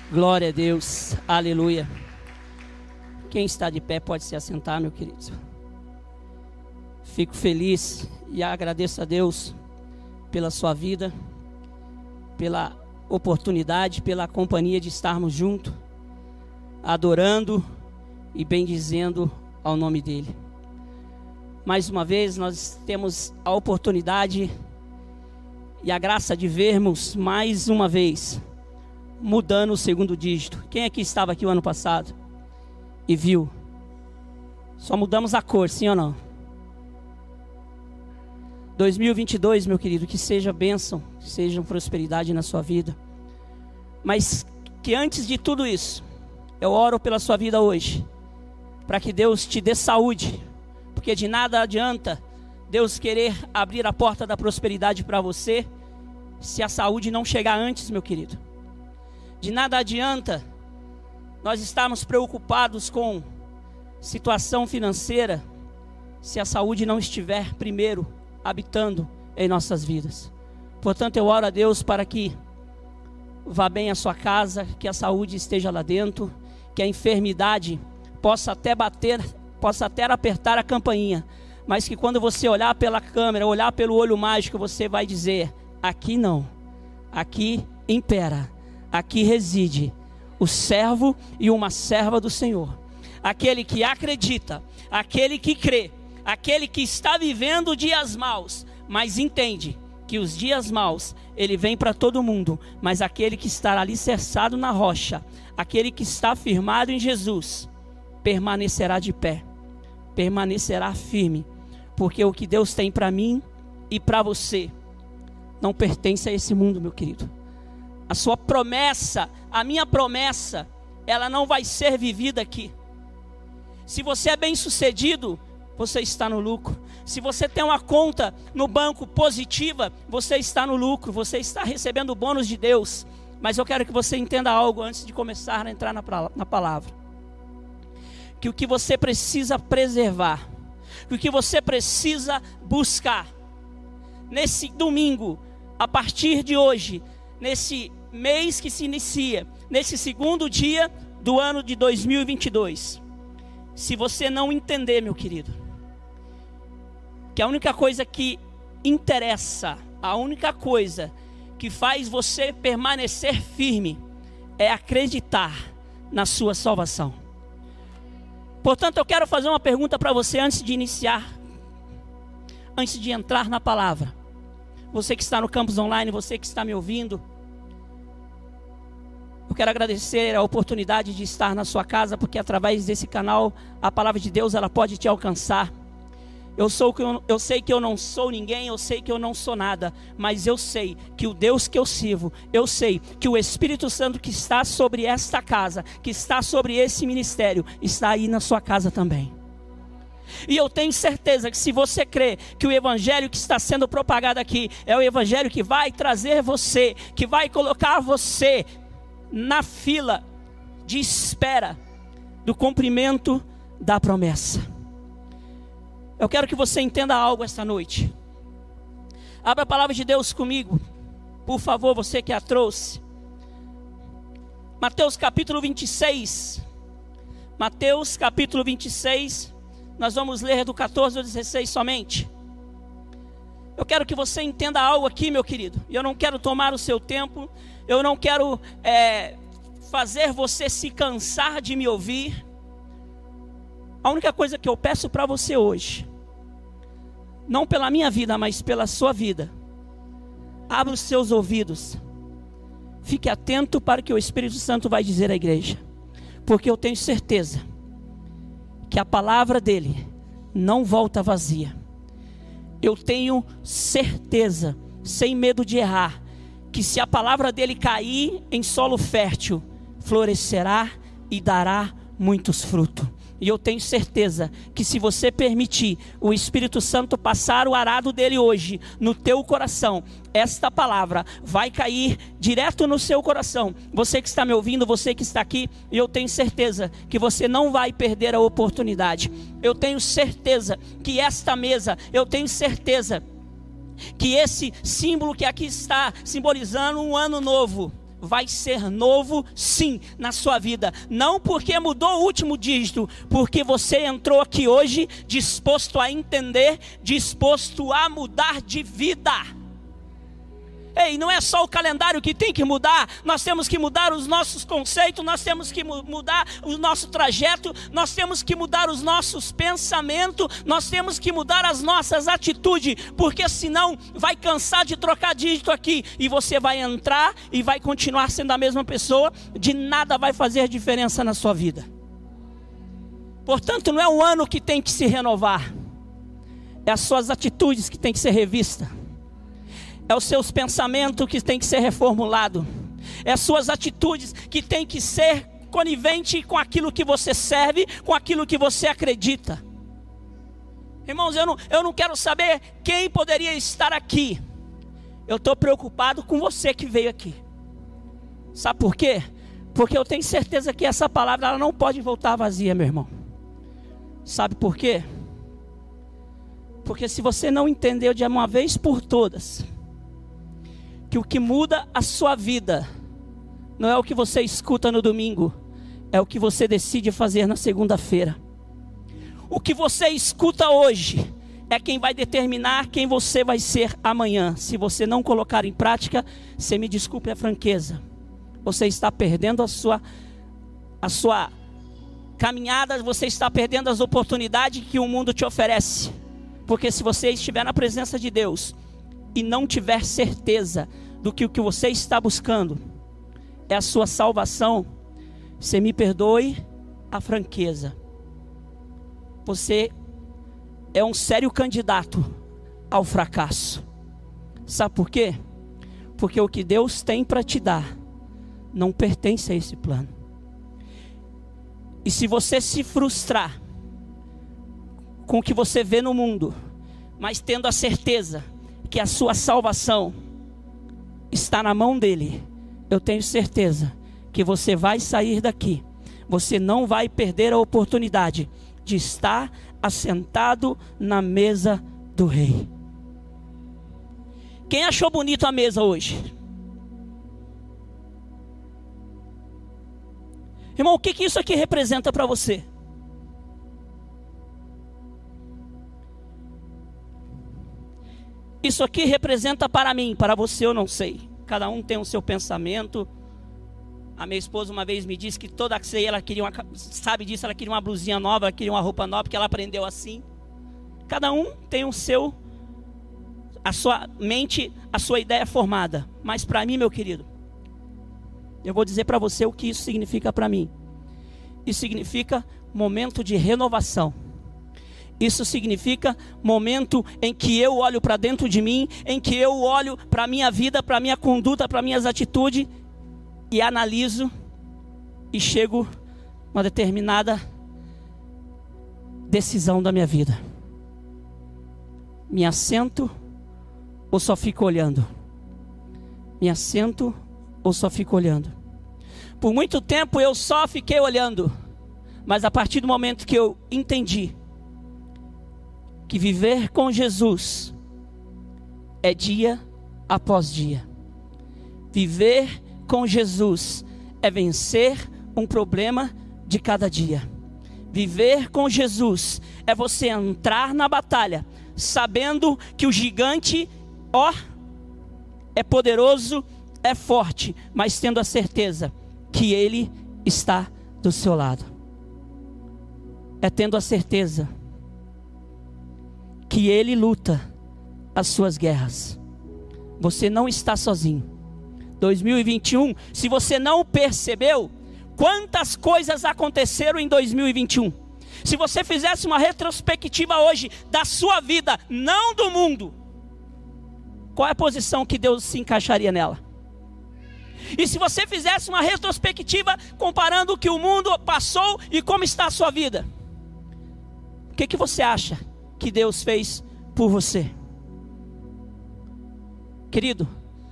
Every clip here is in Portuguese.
Glória a Deus, aleluia. Quem está de pé pode se assentar, meu querido. Fico feliz e agradeço a Deus pela sua vida, pela oportunidade, pela companhia de estarmos juntos, adorando e bendizendo ao nome dEle. Mais uma vez nós temos a oportunidade e a graça de vermos mais uma vez mudando o segundo dígito. Quem aqui estava aqui o ano passado e viu? Só mudamos a cor, sim ou não? 2022, meu querido, que seja bênção, que seja prosperidade na sua vida. Mas que antes de tudo isso, eu oro pela sua vida hoje, para que Deus te dê saúde, porque de nada adianta Deus querer abrir a porta da prosperidade para você, se a saúde não chegar antes, meu querido. De nada adianta nós estarmos preocupados com situação financeira, se a saúde não estiver primeiro habitando em nossas vidas. Portanto, eu oro a Deus para que vá bem a sua casa, que a saúde esteja lá dentro, que a enfermidade possa até bater, possa até apertar a campainha, mas que quando você olhar pela câmera, olhar pelo olho mágico, você vai dizer: aqui não, aqui impera, aqui reside o servo e uma serva do Senhor, aquele que acredita, aquele que crê, aquele que está vivendo dias maus, mas entende que os dias maus, ele vem para todo mundo, mas aquele que está alicerçado na rocha, aquele que está firmado em Jesus, permanecerá de pé, permanecerá firme, porque o que Deus tem para mim e para você não pertence a esse mundo, meu querido. A sua promessa, a minha promessa, ela não vai ser vivida aqui. Se você é bem sucedido, você está no lucro. Se você tem uma conta no banco positiva, você está no lucro, você está recebendo o bônus de Deus. Mas eu quero que você entenda algo antes de começar a entrar na palavra. Que o que você precisa preservar, que o que você precisa buscar, nesse domingo, a partir de hoje, nesse mês que se inicia, nesse segundo dia do ano de 2022, se você não entender, meu querido, que a única coisa que interessa, a única coisa que faz você permanecer firme é acreditar na sua salvação. Portanto, eu quero fazer uma pergunta para você antes de iniciar, antes de entrar na palavra. Você que está no campus online, você que está me ouvindo, eu quero agradecer a oportunidade de estar na sua casa, porque através desse canal, a palavra de Deus, ela pode te alcançar. Eu sei que eu não sou ninguém, eu sei que eu não sou nada, mas eu sei que o Deus que eu sirvo, eu sei que o Espírito Santo que está sobre esta casa, que está sobre esse ministério, está aí na sua casa também. E eu tenho certeza que se você crê que o evangelho que está sendo propagado aqui é o evangelho que vai trazer você, que vai colocar você na fila de espera do cumprimento da promessa. Eu quero que você entenda algo esta noite. Abra a palavra de Deus comigo, por favor, você que a trouxe. Mateus capítulo 26. Mateus capítulo 26. Nós vamos ler do 14 ao 16 somente. Eu quero que você entenda algo aqui, meu querido. Eu não quero tomar o seu tempo. Eu não quero fazer você se cansar de me ouvir. A única coisa que eu peço para você hoje, não pela minha vida, mas pela sua vida, abra os seus ouvidos. Fique atento para o que o Espírito Santo vai dizer à igreja. Porque eu tenho certeza que a palavra dele não volta vazia. Eu tenho certeza, sem medo de errar, que se a palavra dele cair em solo fértil, florescerá e dará muitos frutos. E eu tenho certeza que se você permitir o Espírito Santo passar o arado dele hoje no teu coração, esta palavra vai cair direto no seu coração. Você que está me ouvindo, você que está aqui, e eu tenho certeza que você não vai perder a oportunidade. Eu tenho certeza que esta mesa, eu tenho certeza que esse símbolo que aqui está simbolizando um ano novo, vai ser novo sim na sua vida. Não porque mudou o último dígito, porque você entrou aqui hoje disposto a entender, disposto a mudar de vida. Ei, não é só o calendário que tem que mudar, nós temos que mudar os nossos conceitos, nós temos que mudar o nosso trajeto, nós temos que mudar os nossos pensamentos, nós temos que mudar as nossas atitudes, porque senão vai cansar de trocar dígito aqui, e você vai entrar e vai continuar sendo a mesma pessoa, de nada vai fazer diferença na sua vida. Portanto, não é um ano que tem que se renovar, é as suas atitudes que tem que ser revista. É os seus pensamentos que tem que ser reformulado. É as suas atitudes que tem que ser conivente com aquilo que você serve, com aquilo que você acredita. Irmãos, eu não quero saber quem poderia estar aqui. Eu estou preocupado com você que veio aqui. Sabe por quê? Porque eu tenho certeza que essa palavra ela não pode voltar vazia, meu irmão. Sabe por quê? Porque se você não entendeu de uma vez por todas que o que muda a sua vida não é o que você escuta no domingo, é o que você decide fazer na segunda-feira. O que você escuta hoje é quem vai determinar quem você vai ser amanhã. Se você não colocar em prática, você me desculpe a franqueza, você está perdendo a sua caminhada, você está perdendo as oportunidades que o mundo te oferece. Porque se você estiver na presença de Deus e não tiver certeza do que o que você está buscando é a sua salvação, você me perdoe a franqueza, você é um sério candidato ao fracasso. Sabe por quê? Porque o que Deus tem para te dar não pertence a esse plano. E se você se frustrar com o que você vê no mundo, mas tendo a certeza que a sua salvação está na mão dele, eu tenho certeza que você vai sair daqui, você não vai perder a oportunidade de estar assentado na mesa do rei. Quem achou bonito a mesa hoje? Irmão, o que isso aqui representa para você? Isso aqui representa para mim, para você eu não sei. Cada um tem o seu pensamento. A minha esposa uma vez me disse que toda ceia ela queria sabe disso, ela queria uma blusinha nova, ela queria uma roupa nova, porque ela aprendeu assim. Cada um tem a sua mente, a sua ideia formada. Mas para mim, meu querido, eu vou dizer para você o que isso significa para mim. Isso significa momento de renovação. Isso significa momento em que eu olho para dentro de mim, em que eu olho para a minha vida, para a minha conduta, para minhas atitudes e analiso e chego a uma determinada decisão da minha vida. Me assento ou só fico olhando? Me assento ou só fico olhando? Por muito tempo eu só fiquei olhando, mas a partir do momento que eu entendi que viver com Jesus é dia após dia. Viver com Jesus é vencer um problema de cada dia. Viver com Jesus é você entrar na batalha sabendo que o gigante, é poderoso, é forte, mas tendo a certeza que Ele está do seu lado. É tendo a certeza que Ele luta as suas guerras. Você não está sozinho. 2021, se você não percebeu quantas coisas aconteceram em 2021, se você fizesse uma retrospectiva hoje da sua vida, não do mundo, qual é a posição que Deus se encaixaria nela? E se você fizesse uma retrospectiva comparando o que o mundo passou e como está a sua vida, o que você acha que Deus fez por você? Querido,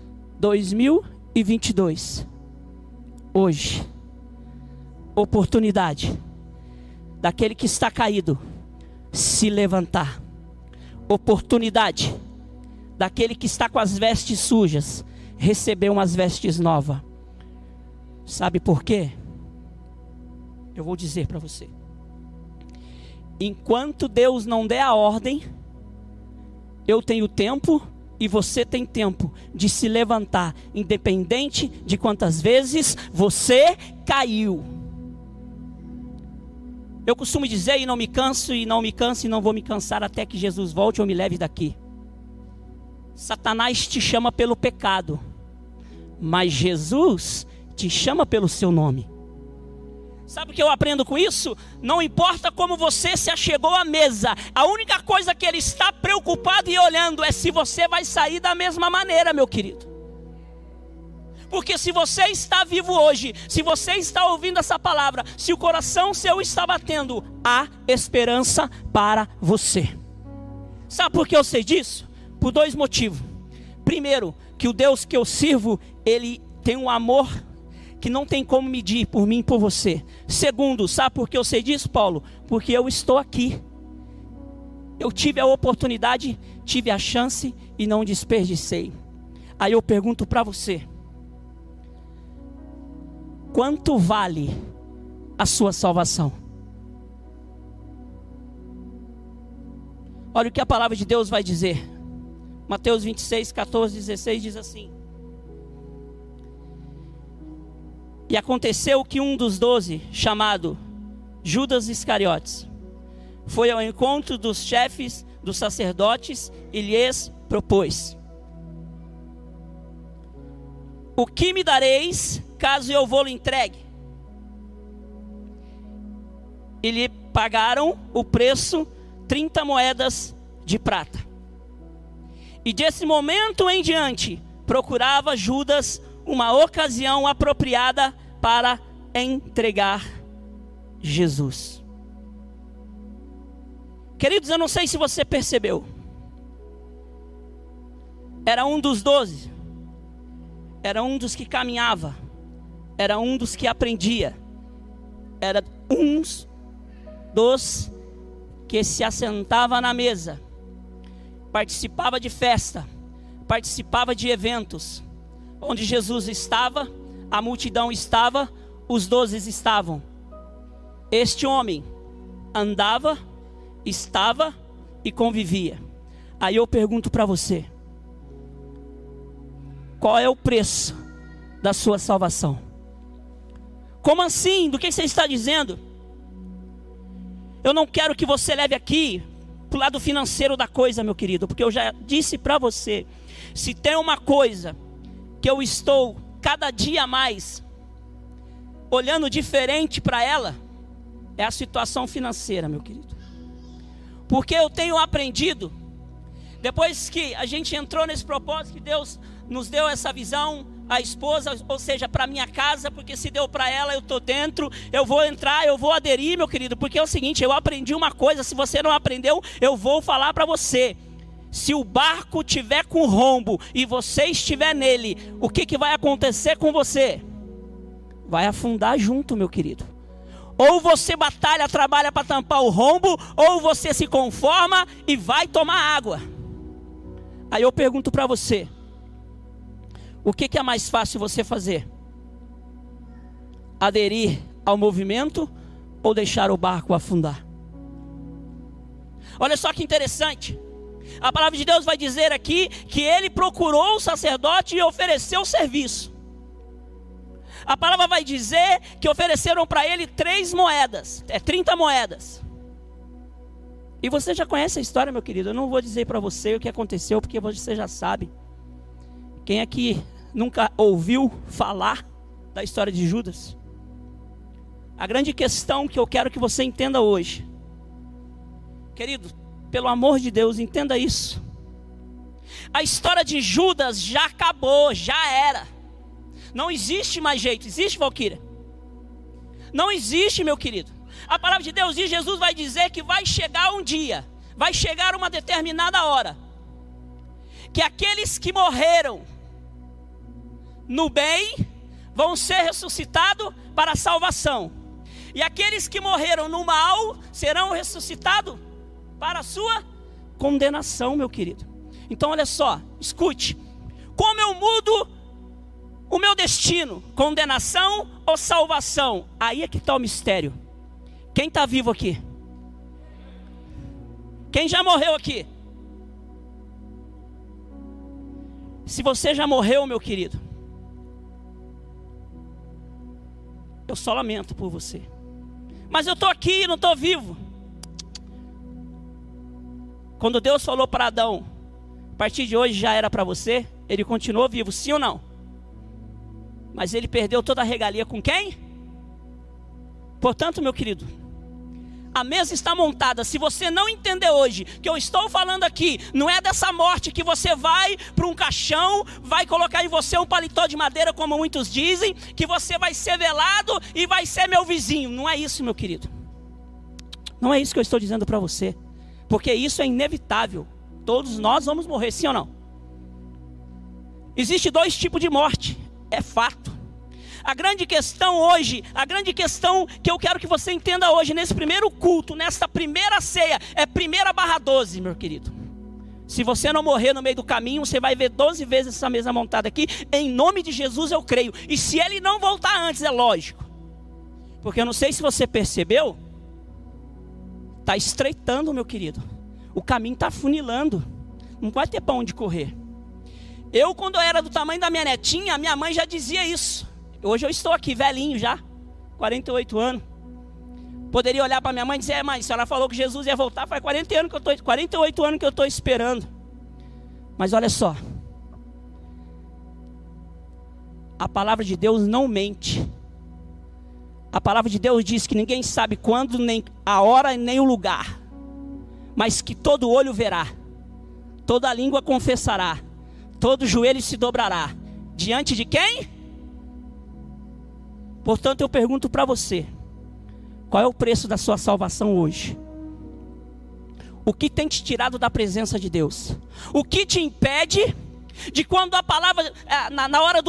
2022, hoje, oportunidade daquele que está caído se levantar. Oportunidade daquele que está com as vestes sujas receber umas vestes novas. Sabe por quê? Eu vou dizer para você. Enquanto Deus não der a ordem, eu tenho tempo e você tem tempo de se levantar, independente de quantas vezes você caiu. Eu costumo dizer, e não me canso, e não me canso, e não vou me cansar até que Jesus volte ou me leve daqui. Satanás te chama pelo pecado, mas Jesus te chama pelo seu nome. Sabe o que eu aprendo com isso? Não importa como você se achegou à mesa, a única coisa que ele está preocupado e olhando é se você vai sair da mesma maneira, meu querido. Porque se você está vivo hoje, se você está ouvindo essa palavra, se o coração seu está batendo, há esperança para você. Sabe por que eu sei disso? Por dois motivos. Primeiro, que o Deus que eu sirvo, ele tem um amor que não tem como medir por mim e por você. Segundo, sabe por que eu sei disso, Paulo? Porque eu estou aqui. Eu tive a oportunidade, tive a chance e não desperdicei. Aí eu pergunto para você: quanto vale a sua salvação? Olha o que a palavra de Deus vai dizer. Mateus 26, 14, 16 diz assim: e aconteceu que um dos 12, chamado Judas Iscariotes, foi ao encontro dos chefes dos sacerdotes e lhes propôs: o que me dareis caso eu vou-lhe entregue? E lhe pagaram o preço, 30 moedas de prata. E desse momento em diante, procurava Judas uma ocasião apropriada para entregar Jesus. Queridos, eu não sei se você percebeu. Era um dos 12. Era um dos que caminhava. Era um dos que aprendia. Era um dos que se assentava na mesa. Participava de festa. Participava de eventos. Onde Jesus estava, a multidão estava, os 12 estavam. Este homem andava, estava e convivia. Aí eu pergunto para você: qual é o preço da sua salvação? Como assim? Do que você está dizendo? Eu não quero que você leve aqui para o lado financeiro da coisa, meu querido, porque eu já disse para você, se tem uma coisa que eu estou cada dia mais olhando diferente para ela, é a situação financeira, meu querido. Porque eu tenho aprendido, depois que a gente entrou nesse propósito, que Deus nos deu essa visão, a esposa, ou seja, para minha casa, porque se deu para ela, eu estou dentro, eu vou entrar, eu vou aderir, meu querido, porque é o seguinte, eu aprendi uma coisa, se você não aprendeu, eu vou falar para você. Se o barco tiver com rombo e você estiver nele, o que vai acontecer com você? Vai afundar junto, meu querido. Ou você batalha, trabalha para tampar o rombo, ou você se conforma e vai tomar água. Aí eu pergunto para você, o que é mais fácil você fazer? Aderir ao movimento ou deixar o barco afundar? Olha só que interessante. A palavra de Deus vai dizer aqui que ele procurou o sacerdote e ofereceu o serviço. A palavra vai dizer que ofereceram para ele 3 moedas, 30 moedas. E você já conhece a história, meu querido. Eu não vou dizer para você o que aconteceu, porque você já sabe. Quem aqui nunca ouviu falar da história de Judas? A grande questão que eu quero que você entenda hoje, querido, pelo amor de Deus, entenda isso. A história de Judas já acabou, já era. Não existe mais jeito. Existe, Valquíria? Não existe, meu querido. A palavra de Deus diz, Jesus vai dizer que vai chegar um dia, vai chegar uma determinada hora, que aqueles que morreram no bem vão ser ressuscitados para a salvação, e aqueles que morreram no mal serão ressuscitados para a sua condenação, meu querido. Então olha só, escute, como eu mudo O meu destino, condenação ou salvação? Aí é que está o mistério. Quem está vivo aqui? Quem já morreu aqui? Se você já morreu, meu querido, eu só lamento por você. Mas eu estou aqui, não estou vivo. Quando Deus falou para Adão, a partir de hoje já era para você, ele continuou vivo, sim ou não? Mas ele perdeu toda a regalia com quem? Portanto, meu querido, a mesa está montada. Se você não entender hoje que eu estou falando aqui, não é dessa morte que você vai para um caixão, vai colocar em você um paletó de madeira, como muitos dizem, que você vai ser velado e vai ser meu vizinho. Não é isso, meu querido. Não é isso que eu estou dizendo para você. Porque isso é inevitável. Todos nós vamos morrer, sim ou não? Existe 2 tipos de morte. É fato. A grande questão hoje, a grande questão que eu quero que você entenda hoje, nesse primeiro culto, nesta primeira ceia, é 1/12, meu querido. Se você não morrer no meio do caminho, você vai ver 12 vezes essa mesa montada aqui. Em nome de Jesus eu creio. E se ele não voltar antes, é lógico. Porque eu não sei se você percebeu, está estreitando, meu querido. O caminho está funilando. Não vai ter para onde correr. Eu, quando eu era do tamanho da minha netinha, minha mãe já dizia isso. Hoje eu estou aqui, velhinho já, 48 anos. Poderia olhar para minha mãe e dizer: mãe, a senhora falou que Jesus ia voltar, faz 48 anos que eu estou esperando. Mas olha só, a palavra de Deus não mente. A palavra de Deus diz que ninguém sabe quando, nem a hora, nem o lugar, mas que todo olho verá, toda língua confessará, todo joelho se dobrará. Diante de quem? Portanto, eu pergunto para você: qual é o preço da sua salvação hoje? O que tem te tirado da presença de Deus? O que te impede de, quando a palavra, na hora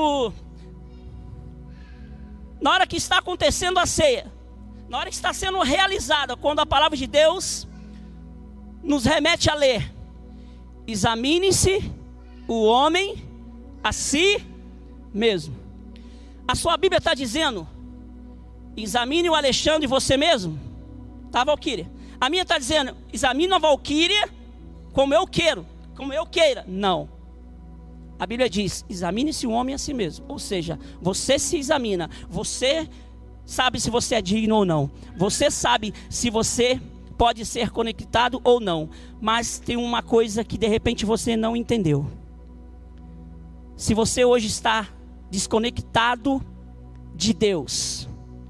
na hora que está acontecendo a ceia, na hora que está sendo realizada, quando a palavra de Deus nos remete a ler: examine-se o homem a si mesmo. A sua Bíblia está dizendo: examine o Alexandre você mesmo? Tá, Valquíria? A minha está dizendo: examine a Valquíria como eu quero, como eu queira. Não. A Bíblia diz: examine-se o homem a si mesmo. Ou seja, você se examina. Você sabe se você é digno ou não. Você sabe se você pode ser conectado ou não. Mas tem uma coisa que de repente você não entendeu. Se você hoje está desconectado de Deus,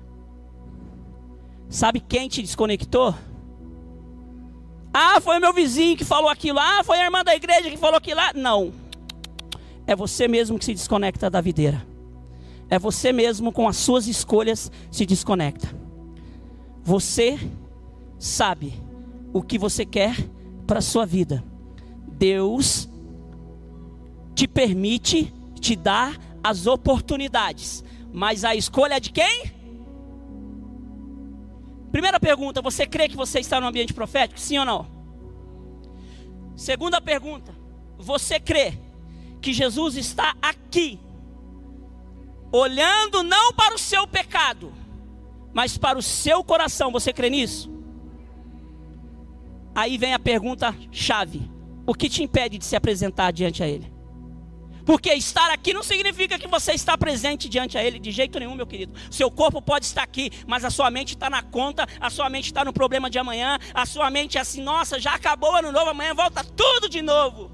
sabe quem te desconectou? Ah, foi o meu vizinho que falou aquilo. Ah, foi a irmã da igreja que falou aquilo lá. Não. É você mesmo que se desconecta da videira. É você mesmo, com as suas escolhas, se desconecta. Você sabe o que você quer para a sua vida. Deus te permite, te dar as oportunidades, mas a escolha é de quem? Primeira pergunta: você crê que você está no ambiente profético? Sim ou não? Segunda pergunta: você crê que Jesus está aqui, olhando não para o seu pecado, mas para o seu coração? Você crê nisso? Aí vem a pergunta chave: o que te impede de se apresentar diante a Ele? Porque estar aqui não significa que você está presente diante a Ele, de jeito nenhum, meu querido. Seu corpo pode estar aqui, mas a sua mente está na conta, a sua mente está no problema de amanhã, a sua mente é assim: nossa, já acabou o ano novo, amanhã volta tudo de novo.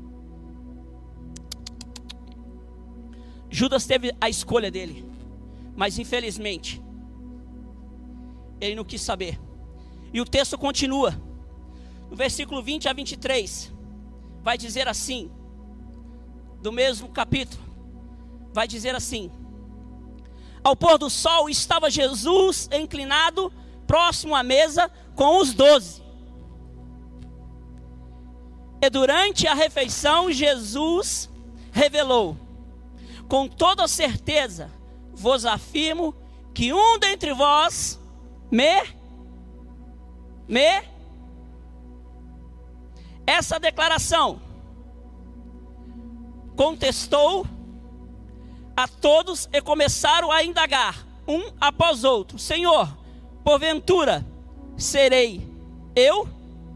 Judas teve a escolha dele, mas infelizmente ele não quis saber. E o texto continua, no versículo 20 a 23, vai dizer assim, do mesmo capítulo, vai dizer assim: ao pôr do sol estava Jesus inclinado, próximo à mesa com os 12. E durante a refeição Jesus revelou: com toda certeza vos afirmo que um dentre vós Essa declaração contestou a todos e começaram a indagar, um após outro: Senhor, porventura serei eu?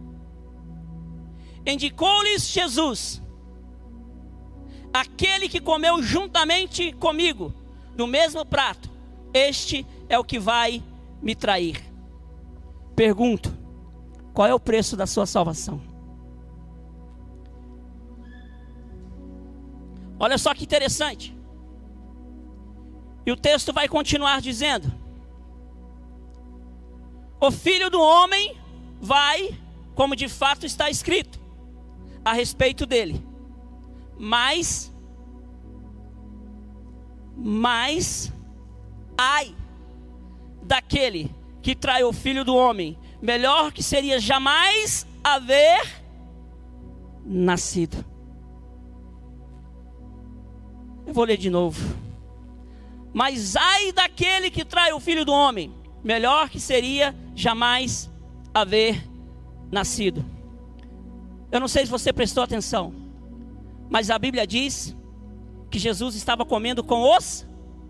Indicou-lhes Jesus: aquele que comeu juntamente comigo do mesmo prato, este é o que vai me trair. Pergunto: qual é o preço da sua salvação? Olha só que interessante. E o texto vai continuar dizendo: o Filho do Homem vai, como de fato está escrito a respeito dele, mas ai daquele que trai o Filho do Homem, melhor que seria jamais haver nascido. Eu vou ler de novo. Mas ai daquele que trai o Filho do Homem, melhor que seria jamais haver nascido. Eu não sei se você prestou atenção, mas a Bíblia diz que Jesus estava comendo com os?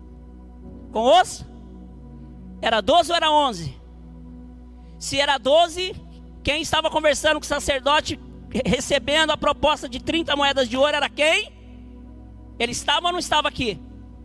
Era 12 ou era 11? Se era 12, quem estava conversando com o sacerdote, recebendo a proposta de 30 moedas de ouro, era quem? Ele estava ou não estava aqui?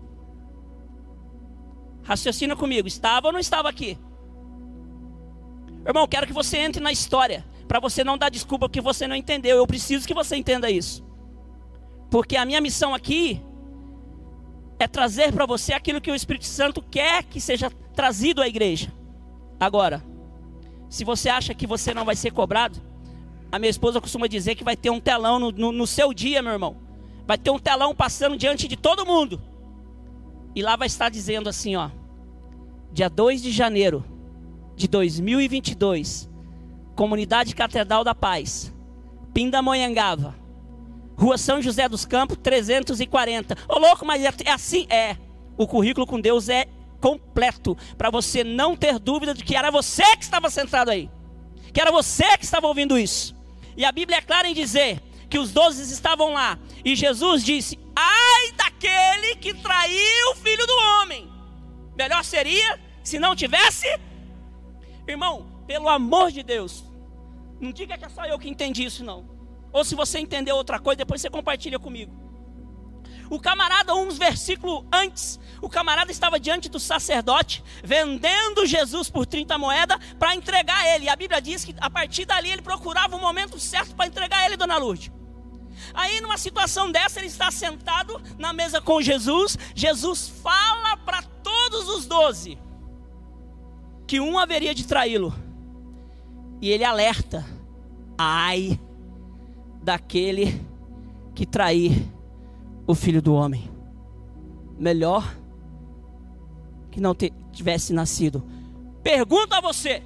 Raciocina comigo, estava ou não estava aqui? Irmão, quero que você entre na história, para você não dar desculpa porque você não entendeu. Eu preciso que você entenda isso, porque a minha missão aqui é trazer para você aquilo que o Espírito Santo quer que seja trazido à igreja. Agora, se você acha que você não vai ser cobrado, a minha esposa costuma dizer que vai ter um telão no seu dia, meu irmão. Vai ter um telão passando diante de todo mundo. E lá vai estar dizendo assim, ó: dia 2 de janeiro de 2022, Comunidade Catedral da Paz, Pindamonhangaba, Rua São José dos Campos, 340. Ô louco, mas é assim? É. O currículo com Deus é completo, para você não ter dúvida de que era você que estava sentado aí, que era você que estava ouvindo isso. E a Bíblia é clara em dizer que os 12 estavam lá, e Jesus disse: ai daquele que traiu o Filho do Homem, melhor seria se não tivesse. Irmão, pelo amor de Deus, não diga que é só eu que entendi isso não, ou se você entendeu outra coisa, depois você compartilha comigo. O camarada, uns versículos antes, o camarada estava diante do sacerdote, vendendo Jesus por 30 moedas para entregar ele. E a Bíblia diz que a partir dali ele procurava o momento certo para entregar ele, dona Lourdes. Aí numa situação dessa, ele está sentado na mesa com Jesus. Jesus fala para todos os 12 que um haveria de traí-lo. E ele alerta: ai daquele que trair o Filho do Homem, melhor que não tivesse nascido. Pergunto a você: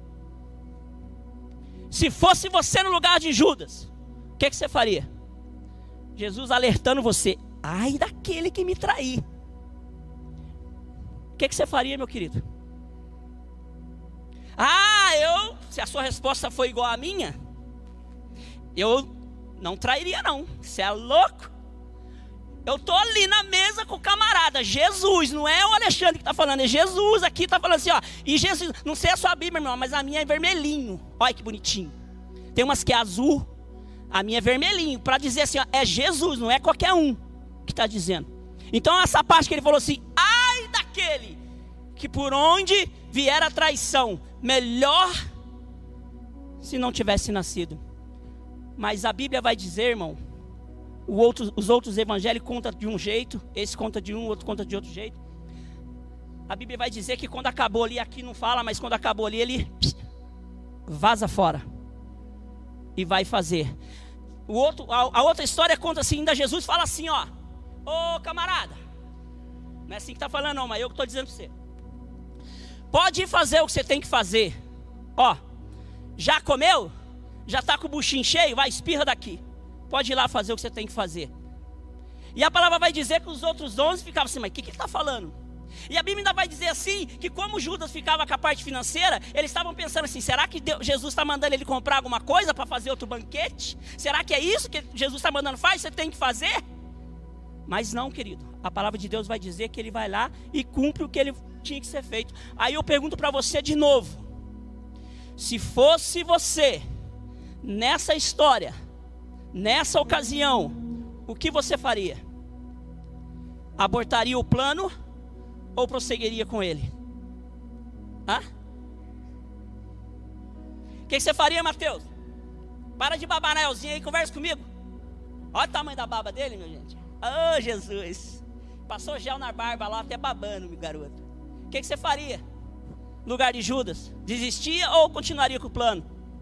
se fosse você no lugar de Judas, o que você faria? Jesus alertando você: ai daquele que me trair. O que você faria, meu querido? Se a sua resposta foi igual à minha, eu não trairia não. Você é louco? Eu estou ali na mesa com o camarada, Jesus, não é o Alexandre que está falando, é Jesus aqui, está falando assim, ó. E Jesus, não sei a sua Bíblia, irmão, mas a minha é vermelhinho. Olha que bonitinho. Tem umas que é azul, a minha é vermelhinho, para dizer assim, ó, é Jesus, não é qualquer um que está dizendo. Então essa parte que ele falou assim: ai daquele que por onde vier a traição, melhor se não tivesse nascido. Mas a Bíblia vai dizer, irmão, os outros evangelhos contam de um jeito, esse conta de um, outro conta de outro jeito. A Bíblia vai dizer que quando acabou ali, aqui não fala, mas quando acabou ali, ele vaza fora e vai fazer. A outra história conta assim, ainda Jesus fala assim, ó: ô camarada, não é assim que está falando não, mas eu que estou dizendo para você. Pode ir fazer o que você tem que fazer. Ó, já comeu? Já está com o buchinho cheio? Vai, espirra daqui. Pode ir lá fazer o que você tem que fazer. E a palavra vai dizer que os outros 11 ficavam assim: mas o que ele está falando? E a Bíblia ainda vai dizer assim, que como Judas ficava com a parte financeira, eles estavam pensando assim: será que Jesus está mandando ele comprar alguma coisa para fazer outro banquete? Será que é isso que Jesus está mandando? Faz, você tem que fazer? Mas não, querido, a palavra de Deus vai dizer que ele vai lá e cumpre o que ele tinha que ser feito. Aí eu pergunto para você de novo: se fosse você, nessa história, nessa ocasião, o que você faria? Abortaria o plano ou prosseguiria com ele? Hã? O que você faria, Mateus? Para de babar na Elzinha aí, conversa comigo. Olha o tamanho da baba dele, meu gente. Oh, Jesus. Passou gel na barba lá, até babando, meu garoto. O que você faria no lugar de Judas? Desistia ou continuaria com o plano?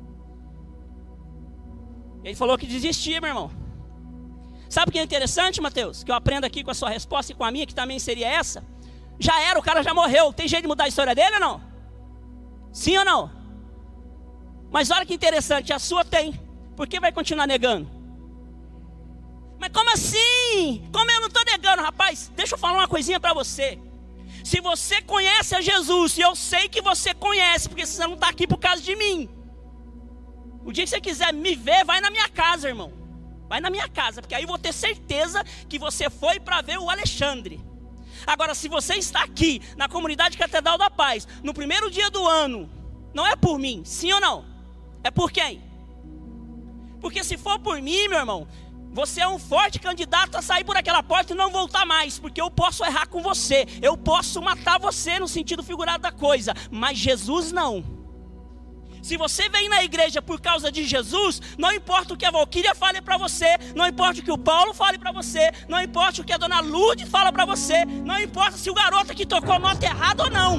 Ele falou que desistia, meu irmão. Sabe o que é interessante, Mateus? Que eu aprendo aqui com a sua resposta e com a minha, que também seria essa. Já era, o cara já morreu. Tem jeito de mudar a história dele ou não? Sim ou não? Mas olha que interessante, a sua tem. Por que vai continuar negando? Mas como assim? Como eu não estou negando, rapaz? Deixa eu falar uma coisinha para você. Se você conhece a Jesus, e eu sei que você conhece, porque você não está aqui por causa de mim. O dia que você quiser me ver, vai na minha casa, irmão. Vai na minha casa, porque aí eu vou ter certeza que você foi para ver o Alexandre. Agora, se você está aqui, na comunidade Catedral da Paz, no primeiro dia do ano, não é por mim, sim ou não? É por quem? Porque se for por mim, meu irmão, você é um forte candidato a sair por aquela porta e não voltar mais, porque eu posso errar com você, eu posso matar você no sentido figurado da coisa, mas Jesus não. Se você vem na igreja por causa de Jesus, não importa o que a Valquíria fale para você, não importa o que o Paulo fale para você, não importa o que a dona Lourdes fala para você, não importa se o garoto que tocou nota errada ou não.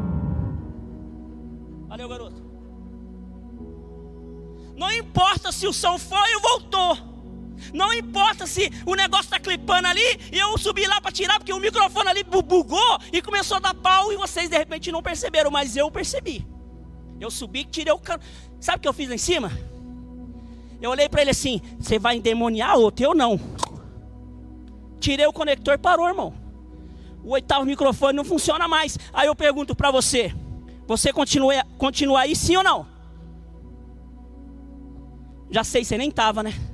Valeu, garoto. Não importa se o som foi ou voltou. Não importa se o negócio está clipando ali e eu subi lá para tirar porque o microfone ali bugou e começou a dar pau e vocês de repente não perceberam, mas eu percebi. Eu subi, tirei o cano. Sabe o que eu fiz lá em cima? Eu olhei para ele assim: você vai endemoniar outro? Eu não. Tirei o conector, parou, irmão. O 8º microfone não funciona mais. Aí eu pergunto para você: você continua aí, sim ou não? Já sei, você nem estava, né?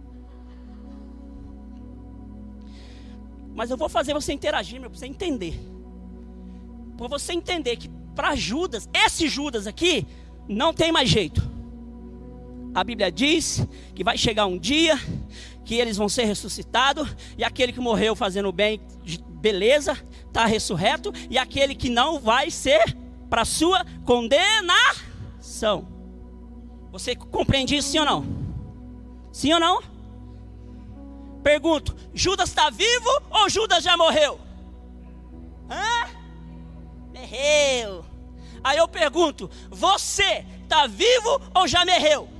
Mas eu vou fazer você interagir, meu, para você entender. Para você entender que para Judas, esse Judas aqui, não tem mais jeito. A Bíblia diz que vai chegar um dia que eles vão ser ressuscitados, e aquele que morreu fazendo bem, beleza, está ressurreto, e aquele que não vai ser para sua condenação. Você compreende isso, sim ou não? Sim ou não? Pergunto: Judas está vivo ou Judas já morreu? Hã? Morreu. Aí eu pergunto: você está vivo ou já morreu?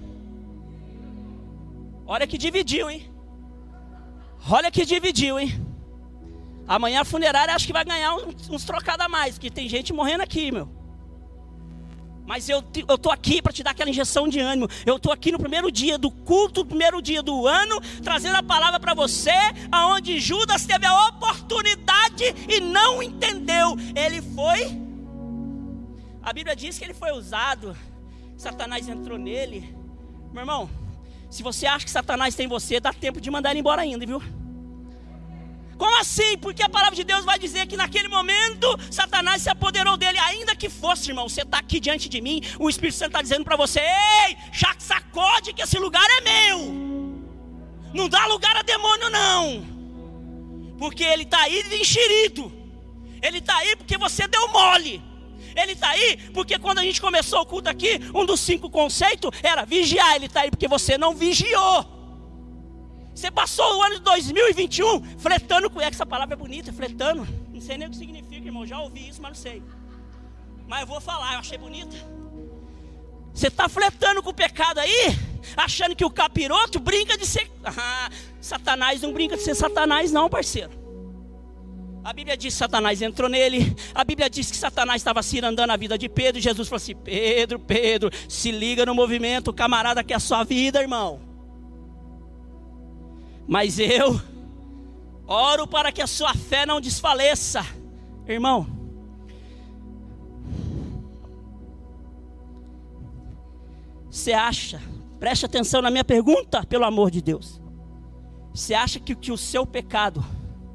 Olha que dividiu, hein? Olha que dividiu, hein? Amanhã a funerária acho que vai ganhar uns trocados a mais, porque tem gente morrendo aqui, meu. Mas eu estou aqui para te dar aquela injeção de ânimo. Eu estou aqui no primeiro dia do culto, no primeiro dia do ano, trazendo a palavra para você, aonde Judas teve a oportunidade e não entendeu. Ele foi, a Bíblia diz que ele foi usado, Satanás entrou nele. Meu irmão, se você acha que Satanás tem você, dá tempo de mandar ele embora ainda, viu? Como assim? Porque a palavra de Deus vai dizer que naquele momento Satanás se apoderou dele. Ainda que fosse, irmão, você está aqui diante de mim, o Espírito Santo está dizendo para você: ei, já sacode que esse lugar é meu. Não dá lugar a demônio não. Porque ele está aí enxerido. Ele está aí porque você deu mole. Ele está aí porque quando a gente começou o culto aqui, um dos 5 conceitos era vigiar. Ele está aí porque você não vigiou. Você passou o ano de 2021 fletando com... essa palavra é bonita, fletando. Não sei nem o que significa, irmão. Já ouvi isso, mas não sei. Mas eu vou falar, eu achei bonita. Você está fletando com o pecado aí, achando que o capiroto brinca de ser... Satanás não brinca de ser Satanás não, parceiro. A Bíblia diz que Satanás entrou nele. A Bíblia diz que Satanás estava cirandando a vida de Pedro. E Jesus falou assim: Pedro, se liga no movimento, camarada, que é a sua vida, irmão. Mas eu oro para que a sua fé não desfaleça. Irmão, você acha, preste atenção na minha pergunta, pelo amor de Deus. Você acha que o seu pecado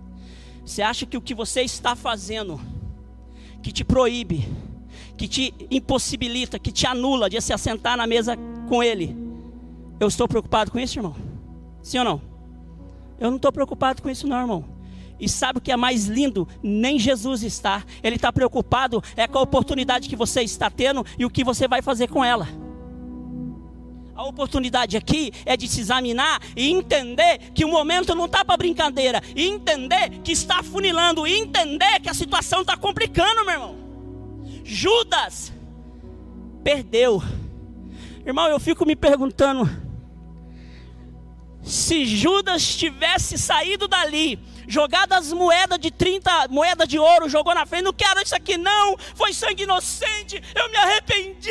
Você acha que o que você está fazendo, que te proíbe, que te impossibilita, que te anula de se assentar na mesa com Ele, eu estou preocupado com isso, irmão? Sim ou não? Eu não estou preocupado com isso não, irmão. E sabe o que é mais lindo? Nem Jesus está. Ele está preocupado com a oportunidade que você está tendo e o que você vai fazer com ela. A oportunidade aqui é de se examinar e entender que o momento não está para brincadeira. E entender que está afunilando. E entender que a situação está complicando, meu irmão. Judas perdeu. Irmão, eu fico me perguntando, se Judas tivesse saído dali, jogado as moedas de 30, moeda de ouro, jogou na frente, não quero isso aqui não, foi sangue inocente, eu me arrependi.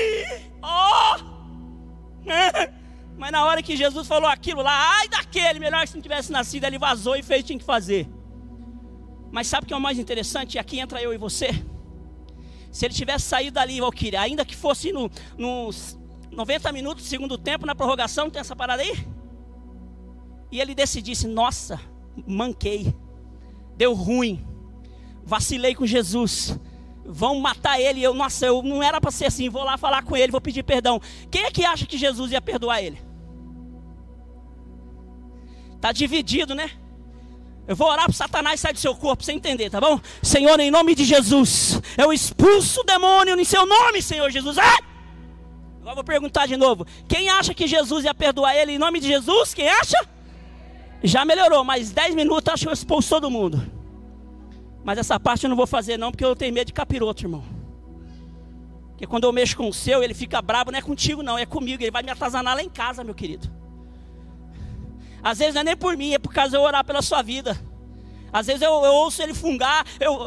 Mas na hora que Jesus falou aquilo lá, ai daquele, melhor se não tivesse nascido, ele vazou e fez o que tinha que fazer. Mas sabe o que é o mais interessante? E aqui entra eu e você. Se ele tivesse saído dali, Valquíria, ainda que fosse nos 90 minutos do segundo tempo, na prorrogação, tem essa parada aí? E ele decidisse, nossa, manquei, deu ruim, vacilei com Jesus, vão matar ele, eu não era para ser assim, vou lá falar com ele, vou pedir perdão. Quem é que acha que Jesus ia perdoar ele? Está dividido, né? Eu vou orar para Satanás sair do seu corpo, para você entender, tá bom? Senhor, em nome de Jesus, eu expulso o demônio em seu nome, Senhor Jesus. Agora vou perguntar de novo, quem acha que Jesus ia perdoar ele em nome de Jesus? Quem acha? Já melhorou, mas 10 minutos acho que eu expulso todo mundo. Mas essa parte eu não vou fazer não, porque eu tenho medo de capiroto, irmão. Porque quando eu mexo com o seu, ele fica bravo, não é contigo não, é comigo. Ele vai me atazanar lá em casa, meu querido. Às vezes não é nem por mim, é por causa de eu orar pela sua vida. Às vezes eu ouço ele fungar,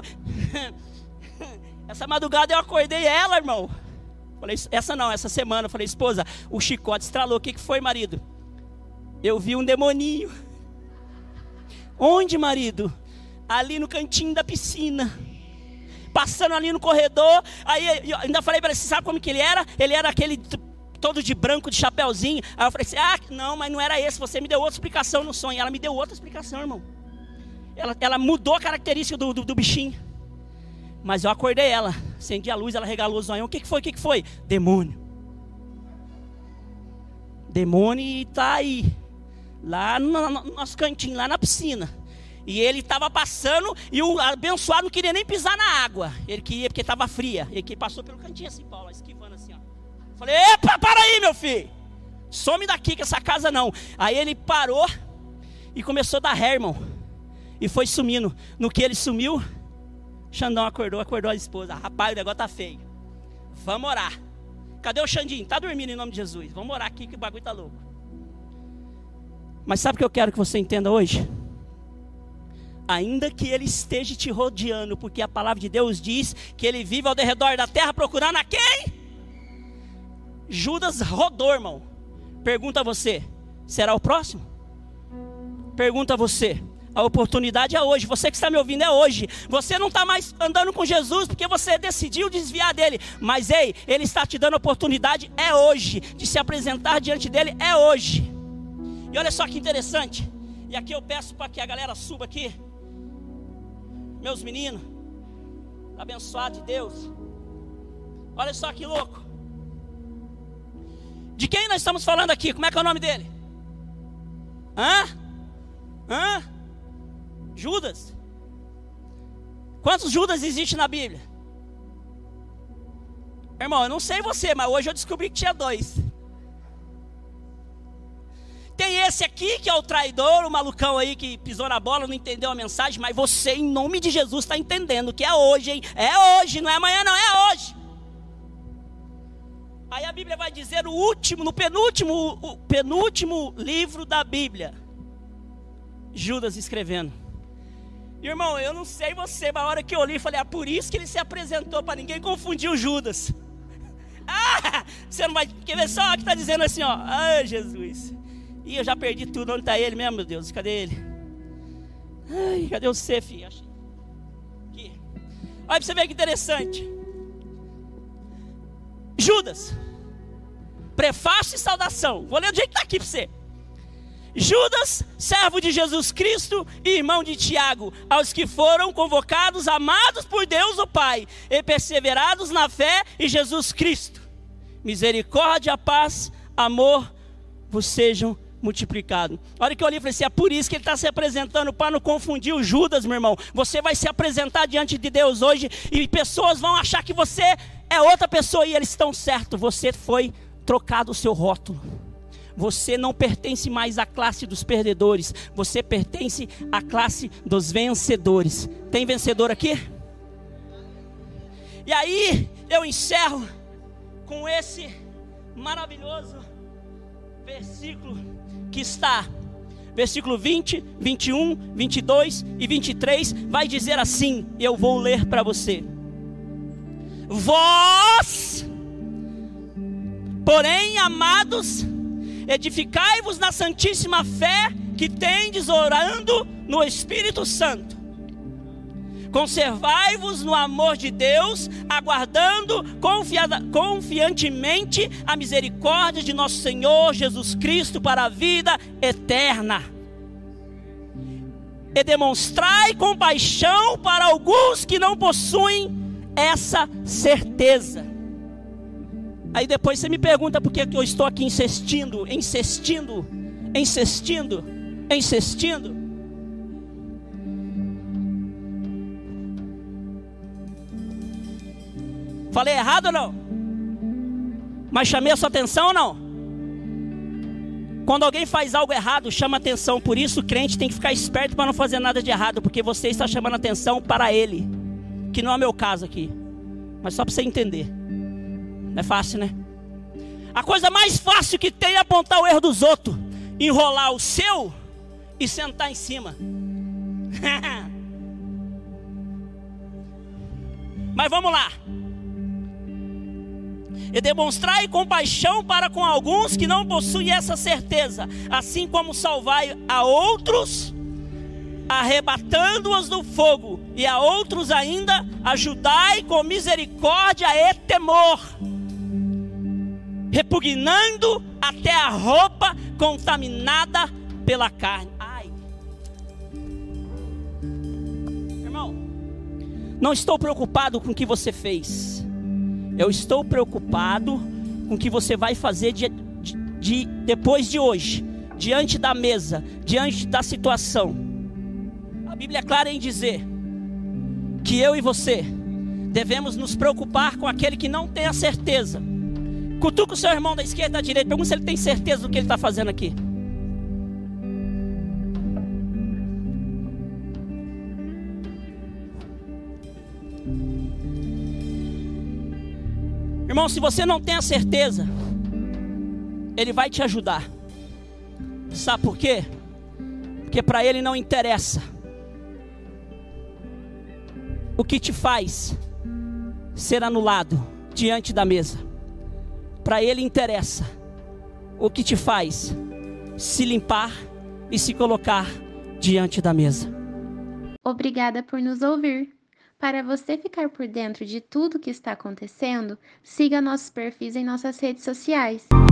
Essa madrugada eu acordei ela, irmão. Falei, essa semana, eu falei, esposa, o chicote estralou, o que foi, marido? Eu vi um demoninho. Onde, marido? Ali no cantinho da piscina, passando ali no corredor. Aí eu ainda falei para ele, sabe como que ele era? Ele era aquele todo de branco, de chapéuzinho. Aí eu falei assim, não, mas não era esse. Você me deu outra explicação no sonho. Ela me deu outra explicação, irmão. Ela mudou a característica do bichinho. Mas eu acordei ela, acendi a luz, ela regalou os olhos. O que foi? Demônio. Demônio está aí, lá no nosso cantinho, lá na piscina. E ele estava passando e o abençoado não queria nem pisar na água. Ele queria porque estava fria. Ele que passou pelo cantinho assim, Paulo, esquivando assim, ó. Falei, epa, para aí, meu filho. Some daqui que essa casa não. Aí ele parou e começou a dar ré, irmão. E foi sumindo. No que ele sumiu, Xandão acordou a esposa. Rapaz, o negócio tá feio. Vamos orar. Cadê o Xandinho? Tá dormindo em nome de Jesus. Vamos orar aqui que o bagulho tá louco. Mas sabe o que eu quero que você entenda hoje? Ainda que ele esteja te rodeando, porque a palavra de Deus diz que ele vive ao redor da terra procurando a quem? Judas rodou, irmão. Pergunta a você, será o próximo? Pergunta a você, a oportunidade é hoje. Você que está me ouvindo, é hoje. Você não está mais andando com Jesus porque você decidiu desviar dele. Mas ei, ele está te dando a oportunidade, é hoje. De se apresentar diante dele, é hoje. E olha só que interessante. E aqui eu peço para que a galera suba aqui. Meus meninos, abençoado de Deus. Olha só que louco. De quem nós estamos falando aqui? Como é que é o nome dele? Judas. Quantos Judas existem na Bíblia? Irmão, eu não sei você, mas hoje eu descobri que tinha 2. Tem esse aqui que é o traidor, o malucão aí que pisou na bola, não entendeu a mensagem. Mas você, em nome de Jesus, está entendendo que é hoje, hein? É hoje, não é amanhã não, é hoje. Aí a Bíblia vai dizer no penúltimo livro da Bíblia, Judas escrevendo. Irmão, eu não sei você, mas a hora que eu li, falei, por isso que ele se apresentou, para ninguém confundir o Judas. Você não vai, quer ver só que está dizendo assim, ó, ai Jesus. Ih, eu já perdi tudo, onde está ele mesmo, meu Deus, cadê ele? Ai, cadê você, filho? Aqui. Olha para você ver que interessante. Judas, prefácio e saudação. Vou ler o jeito que está aqui para você. Judas, servo de Jesus Cristo e irmão de Tiago, aos que foram convocados, amados por Deus o Pai, e perseverados na fé em Jesus Cristo. Misericórdia, paz, amor vos sejam multiplicados. A hora que eu olhei, falei assim, é por isso que ele está se apresentando, para não confundir o Judas, meu irmão. Você vai se apresentar diante de Deus hoje, e pessoas vão achar que você é outra pessoa, e eles estão certos. Você foi trocado o seu rótulo. Você não pertence mais à classe dos perdedores, você pertence à classe dos vencedores. Tem vencedor aqui? E aí eu encerro com esse maravilhoso versículo que está, versículo 20, 21, 22 e 23, vai dizer assim, eu vou ler para você. Vós, porém, amados, edificai-vos na santíssima fé que tendes, orando no Espírito Santo. Conservai-vos no amor de Deus, aguardando confiantemente a misericórdia de nosso Senhor Jesus Cristo para a vida eterna. E demonstrai compaixão para alguns que não possuem essa certeza. Aí depois você me pergunta por que eu estou aqui insistindo. Falei errado ou não? Mas chamei a sua atenção ou não? Quando alguém faz algo errado, chama atenção. Por isso o crente tem que ficar esperto para não fazer nada de errado, porque você está chamando atenção para ele, que não é o meu caso aqui. Mas só para você entender. Não é fácil, né? A coisa mais fácil que tem é apontar o erro dos outros, enrolar o seu e sentar em cima. Mas vamos lá. E demonstrai compaixão para com alguns que não possuem essa certeza, assim como salvai a outros, arrebatando-os do fogo, e a outros ainda ajudai com misericórdia e temor, repugnando até a roupa contaminada pela carne. Ai, irmão, não estou preocupado com o que você fez. Eu estou preocupado com o que você vai fazer depois de hoje, diante da mesa, diante da situação. A Bíblia é clara em dizer que eu e você devemos nos preocupar com aquele que não tem a certeza. Cutuca o seu irmão da esquerda e da direita, pergunta se ele tem certeza do que ele está fazendo aqui. Irmão, se você não tem a certeza, ele vai te ajudar. Sabe por quê? Porque para ele não interessa o que te faz ser anulado diante da mesa. Para ele interessa o que te faz se limpar e se colocar diante da mesa. Obrigada por nos ouvir. Para você ficar por dentro de tudo que está acontecendo, siga nossos perfis em nossas redes sociais.